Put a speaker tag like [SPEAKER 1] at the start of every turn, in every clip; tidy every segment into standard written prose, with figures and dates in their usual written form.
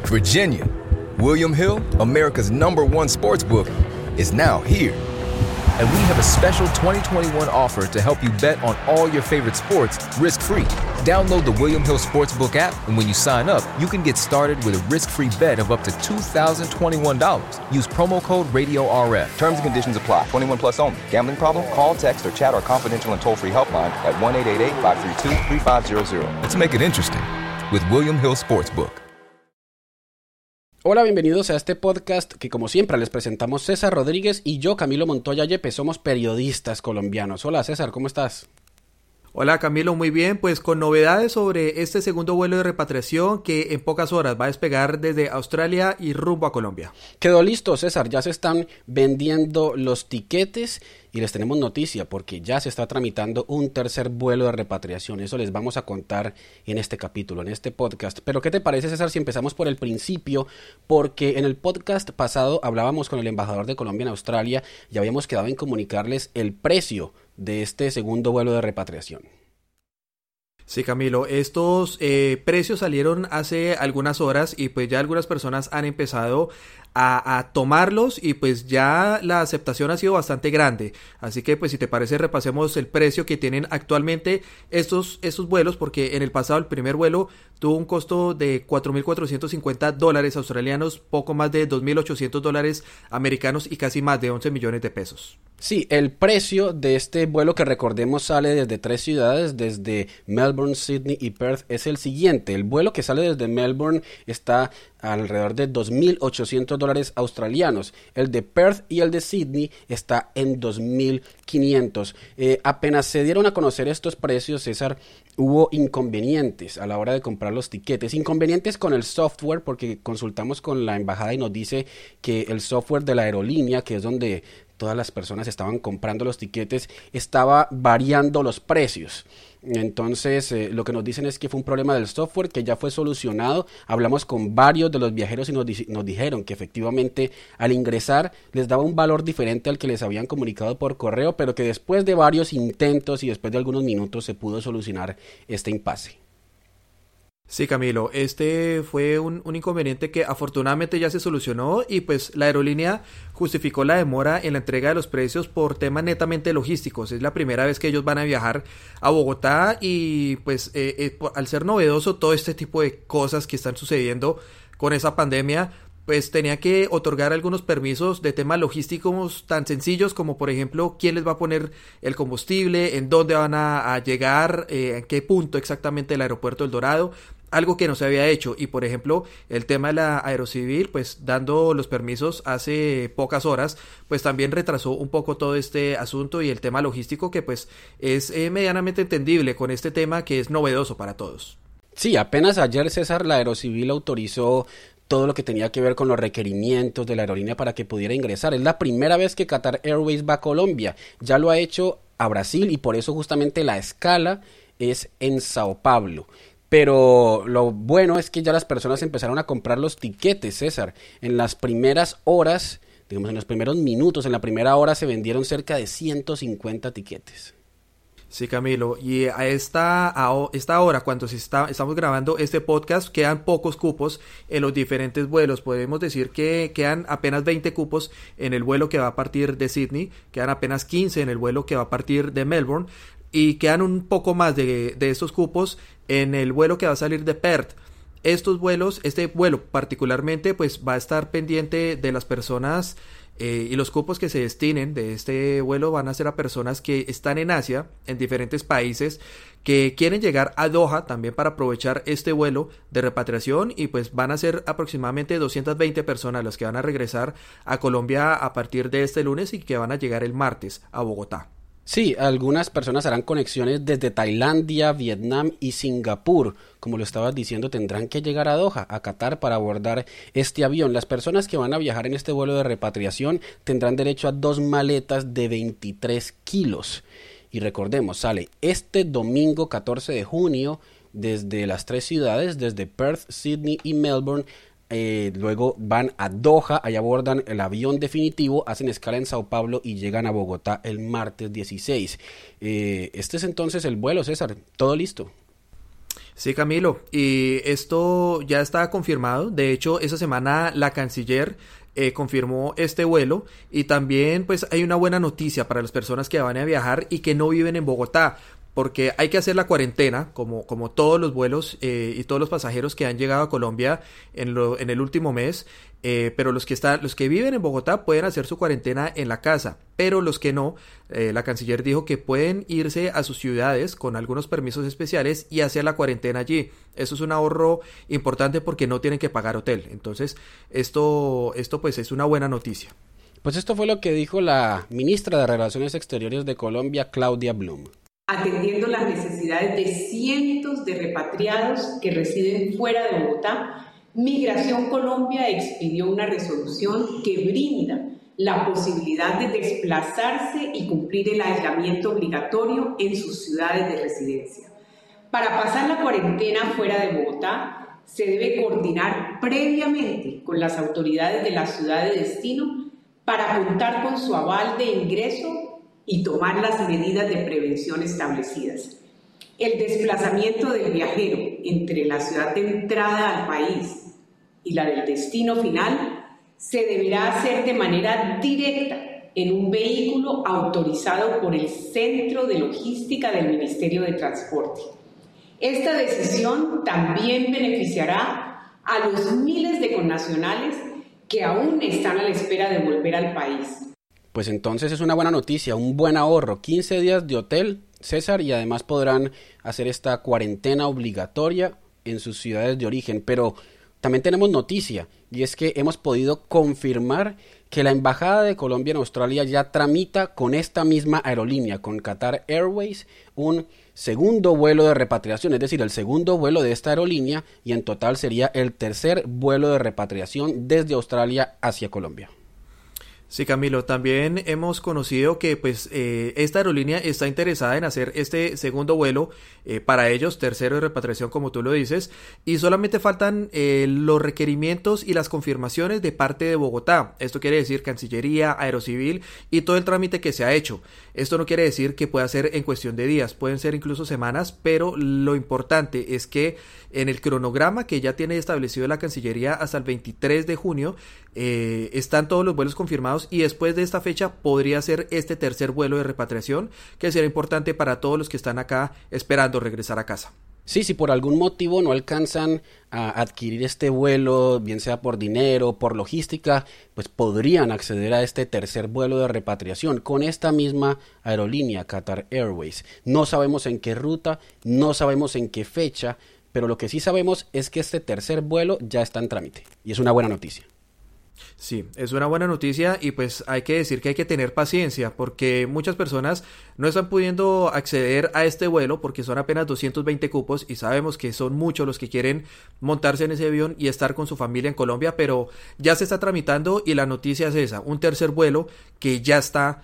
[SPEAKER 1] Virginia, William Hill, America's #1 sportsbook, is now here. And we have a special 2021 offer to help you bet on all your favorite sports risk-free. Download the William Hill Sportsbook app, and when you sign up, you can get started with a risk-free bet of up to $2,021. Use promo code RadioRF. Terms and conditions apply. 21 plus only. Gambling problem? Call, text, or chat our confidential and toll-free helpline at 1-888-532-3500. Let's make it interesting with William Hill Sportsbook.
[SPEAKER 2] Hola, bienvenidos a este podcast que como siempre les presentamos César Rodríguez y yo, Camilo Montoya Yepes, somos periodistas colombianos. Hola César, ¿cómo estás?
[SPEAKER 3] Hola Camilo, muy bien, pues con novedades sobre este segundo vuelo de repatriación que en pocas horas va a despegar desde Australia y rumbo a Colombia.
[SPEAKER 2] Quedó listo César, ya se están vendiendo los tiquetes y les tenemos noticia porque ya se está tramitando un tercer vuelo de repatriación. Eso les vamos a contar en este capítulo, en este podcast. Pero ¿qué te parece César si empezamos por el principio? Porque en el podcast pasado hablábamos con el embajador de Colombia en Australia y habíamos quedado en comunicarles el precio de este segundo vuelo de repatriación.
[SPEAKER 3] Sí, Camilo, estos precios salieron hace algunas horas y pues ya algunas personas han empezado a tomarlos y pues ya la aceptación ha sido bastante grande. Así que pues si te parece repasemos el precio que tienen actualmente estos vuelos, porque en el pasado el primer vuelo tuvo un costo de $4,450 australianos, poco más de $2,800 americanos y casi más de 11 millones de pesos.
[SPEAKER 2] Sí, el precio de este vuelo que recordemos sale desde 3 ciudades, desde Melbourne, Sydney y Perth, es el siguiente. El vuelo que sale desde Melbourne está alrededor de $2,800 australianos. El de Perth y el de Sydney está en $2,500. Apenas se dieron a conocer estos precios, César, hubo inconvenientes a la hora de comprar los tiquetes. Inconvenientes con el software, porque consultamos con la embajada y nos dice que el software de la aerolínea, que es donde todas las personas estaban comprando los tiquetes, estaba variando los precios. Entonces lo que nos dicen es que fue un problema del software que ya fue solucionado. Hablamos con varios de los viajeros y nos dijeron que efectivamente al ingresar les daba un valor diferente al que les habían comunicado por correo, pero que después de varios intentos y después de algunos minutos se pudo solucionar este impasse.
[SPEAKER 3] Sí, Camilo, este fue un inconveniente que afortunadamente ya se solucionó y pues la aerolínea justificó la demora en la entrega de los precios por temas netamente logísticos. Es la primera vez que ellos van a viajar a Bogotá y pues al ser novedoso todo este tipo de cosas que están sucediendo con esa pandemia, pues tenía que otorgar algunos permisos de temas logísticos tan sencillos como por ejemplo quién les va a poner el combustible, en dónde van a llegar, en qué punto exactamente del aeropuerto del Dorado, algo que no se había hecho. Y por ejemplo el tema de la Aerocivil, pues dando los permisos hace pocas horas, pues también retrasó un poco todo este asunto y el tema logístico que pues es medianamente entendible con este tema que es novedoso para todos.
[SPEAKER 2] Sí, apenas ayer César, la Aerocivil autorizó todo lo que tenía que ver con los requerimientos de la aerolínea para que pudiera ingresar. Es la primera vez que Qatar Airways va a Colombia. Ya lo ha hecho a Brasil y por eso justamente la escala es en Sao Paulo. Pero lo bueno es que ya las personas empezaron a comprar los tiquetes, César. En las primeras horas, digamos en los primeros minutos, en la primera hora se vendieron cerca de 150 tiquetes.
[SPEAKER 3] Sí, Camilo, y a esta hora, cuando estamos grabando este podcast, quedan pocos cupos en los diferentes vuelos. Podemos decir que quedan apenas 20 cupos en el vuelo que va a partir de Sydney, quedan apenas 15 en el vuelo que va a partir de Melbourne, y quedan un poco más de estos cupos en el vuelo que va a salir de Perth. Estos vuelos, este vuelo particularmente, pues va a estar pendiente de las personas y los cupos que se destinen de este vuelo van a ser a personas que están en Asia, en diferentes países, que quieren llegar a Doha también para aprovechar este vuelo de repatriación y pues van a ser aproximadamente 220 personas las que van a regresar a Colombia a partir de este lunes y que van a llegar el martes a Bogotá.
[SPEAKER 2] Sí, algunas personas harán conexiones desde Tailandia, Vietnam y Singapur. Como lo estabas diciendo, tendrán que llegar a Doha, a Qatar, para abordar este avión. Las personas que van a viajar en este vuelo de repatriación tendrán derecho a 2 maletas de 23 kilos. Y recordemos, sale este domingo 14 de junio desde las 3 ciudades, desde Perth, Sydney y Melbourne. Luego van a Doha, allá abordan el avión definitivo, hacen escala en Sao Paulo y llegan a Bogotá el martes 16. Este es entonces el vuelo, César, todo listo.
[SPEAKER 3] Sí, Camilo, y esto ya está confirmado. De hecho, esa semana la canciller confirmó este vuelo, y también pues hay una buena noticia para las personas que van a viajar y que no viven en Bogotá, porque hay que hacer la cuarentena como todos los vuelos y todos los pasajeros que han llegado a Colombia en el último mes. Pero los que viven en Bogotá pueden hacer su cuarentena en la casa, pero los que no, la canciller dijo que pueden irse a sus ciudades con algunos permisos especiales y hacer la cuarentena allí. Eso es un ahorro importante porque no tienen que pagar hotel. Entonces, esto pues es una buena noticia.
[SPEAKER 2] Pues esto fue lo que dijo la ministra de Relaciones Exteriores de Colombia, Claudia Blum.
[SPEAKER 4] Atendiendo las necesidades de cientos de repatriados que residen fuera de Bogotá, Migración Colombia expidió una resolución que brinda la posibilidad de desplazarse y cumplir el aislamiento obligatorio en sus ciudades de residencia. Para pasar la cuarentena fuera de Bogotá, se debe coordinar previamente con las autoridades de la ciudad de destino para contar con su aval de ingreso y tomar las medidas de prevención establecidas. El desplazamiento del viajero entre la ciudad de entrada al país y la del destino final se deberá hacer de manera directa en un vehículo autorizado por el Centro de Logística del Ministerio de Transporte. Esta decisión también beneficiará a los miles de connacionales que aún están a la espera de volver al país.
[SPEAKER 2] Pues entonces es una buena noticia, un buen ahorro, 15 días de hotel, César, y además podrán hacer esta cuarentena obligatoria en sus ciudades de origen. Pero también tenemos noticia, y es que hemos podido confirmar que la Embajada de Colombia en Australia ya tramita con esta misma aerolínea, con Qatar Airways, un segundo vuelo de repatriación, es decir, el segundo vuelo de esta aerolínea, y en total sería el tercer vuelo de repatriación desde Australia hacia Colombia.
[SPEAKER 3] Sí, Camilo, también hemos conocido que pues esta aerolínea está interesada en hacer este segundo vuelo para ellos, tercero de repatriación como tú lo dices, y solamente faltan los requerimientos y las confirmaciones de parte de Bogotá. Esto quiere decir Cancillería, Aerocivil y todo el trámite que se ha hecho. Esto no quiere decir que pueda ser en cuestión de días, pueden ser incluso semanas, pero lo importante es que en el cronograma que ya tiene establecido la Cancillería hasta el 23 de junio están todos los vuelos confirmados, y después de esta fecha podría ser este tercer vuelo de repatriación, que será importante para todos los que están acá esperando regresar a casa.
[SPEAKER 2] Sí, si por algún motivo no alcanzan a adquirir este vuelo, bien sea por dinero, por logística, pues podrían acceder a este tercer vuelo de repatriación con esta misma aerolínea, Qatar Airways. No sabemos en qué ruta, no sabemos en qué fecha, pero lo que sí sabemos es que este tercer vuelo ya está en trámite, y es una buena noticia.
[SPEAKER 3] Sí, es una buena noticia, y pues hay que decir que hay que tener paciencia porque muchas personas no están pudiendo acceder a este vuelo porque son apenas 220 cupos, y sabemos que son muchos los que quieren montarse en ese avión y estar con su familia en Colombia, pero ya se está tramitando, y la noticia es esa, un tercer vuelo que ya está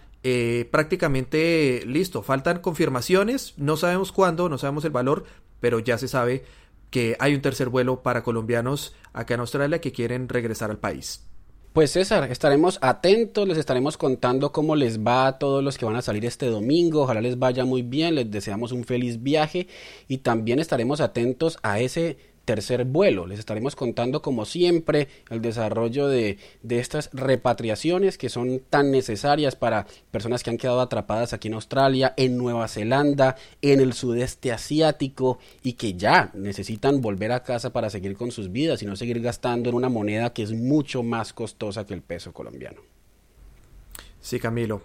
[SPEAKER 3] prácticamente listo. Faltan confirmaciones, no sabemos cuándo, no sabemos el valor, pero ya se sabe que hay un tercer vuelo para colombianos acá en Australia que quieren regresar al país.
[SPEAKER 2] Pues César, estaremos atentos, les estaremos contando cómo les va a todos los que van a salir este domingo, ojalá les vaya muy bien, les deseamos un feliz viaje, y también estaremos atentos a ese tercer vuelo, les estaremos contando como siempre el desarrollo de estas repatriaciones que son tan necesarias para personas que han quedado atrapadas aquí en Australia, en Nueva Zelanda, en el sudeste asiático, y que ya necesitan volver a casa para seguir con sus vidas y no seguir gastando en una moneda que es mucho más costosa que el peso colombiano.
[SPEAKER 3] Sí, Camilo,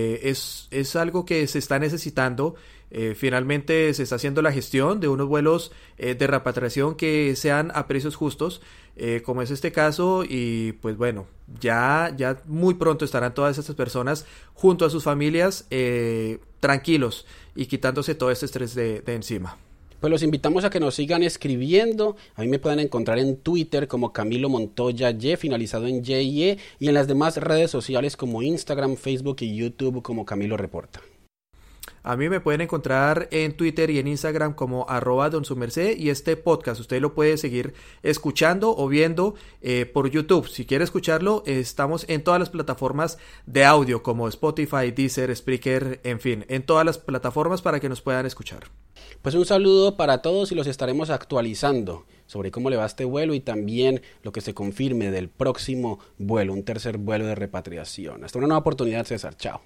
[SPEAKER 3] es algo que se está necesitando. Finalmente se está haciendo la gestión de unos vuelos de repatriación que sean a precios justos, como es este caso, y pues bueno, ya muy pronto estarán todas estas personas junto a sus familias tranquilos y quitándose todo este estrés de encima.
[SPEAKER 2] Pues los invitamos a que nos sigan escribiendo. A mí me pueden encontrar en Twitter como Camilo Montoya Y, finalizado en YE, y en las demás redes sociales como Instagram, Facebook y YouTube como Camilo Reporta.
[SPEAKER 3] A mí me pueden encontrar en Twitter y en Instagram como @donsumerced, y este podcast usted lo puede seguir escuchando o viendo por YouTube. Si quiere escucharlo, estamos en todas las plataformas de audio como Spotify, Deezer, Spreaker, en fin, en todas las plataformas para que nos puedan escuchar.
[SPEAKER 2] Pues un saludo para todos y los estaremos actualizando sobre cómo le va este vuelo y también lo que se confirme del próximo vuelo, un tercer vuelo de repatriación. Hasta una nueva oportunidad, César. Chao.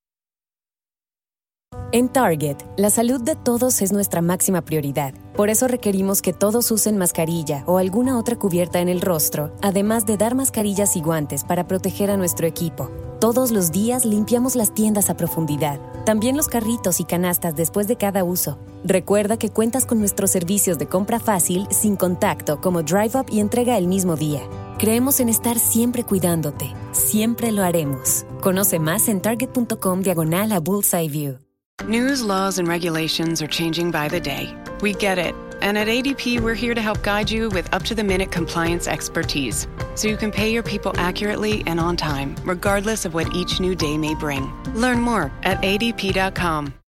[SPEAKER 5] En Target, la salud de todos es nuestra máxima prioridad. Por eso requerimos que todos usen mascarilla o alguna otra cubierta en el rostro, además de dar mascarillas y guantes para proteger a nuestro equipo. Todos los días limpiamos las tiendas a profundidad, también los carritos y canastas después de cada uso. Recuerda que cuentas con nuestros servicios de compra fácil, sin contacto, como Drive Up y entrega el mismo día. Creemos en estar siempre cuidándote. Siempre lo haremos. Conoce más en target.com/Bullseye View.
[SPEAKER 6] News, laws, and regulations are changing by the day. We get it. And at ADP, we're here to help guide you with up-to-the-minute compliance expertise, so you can pay your people accurately and on time, regardless of what each new day may bring. Learn more at adp.com.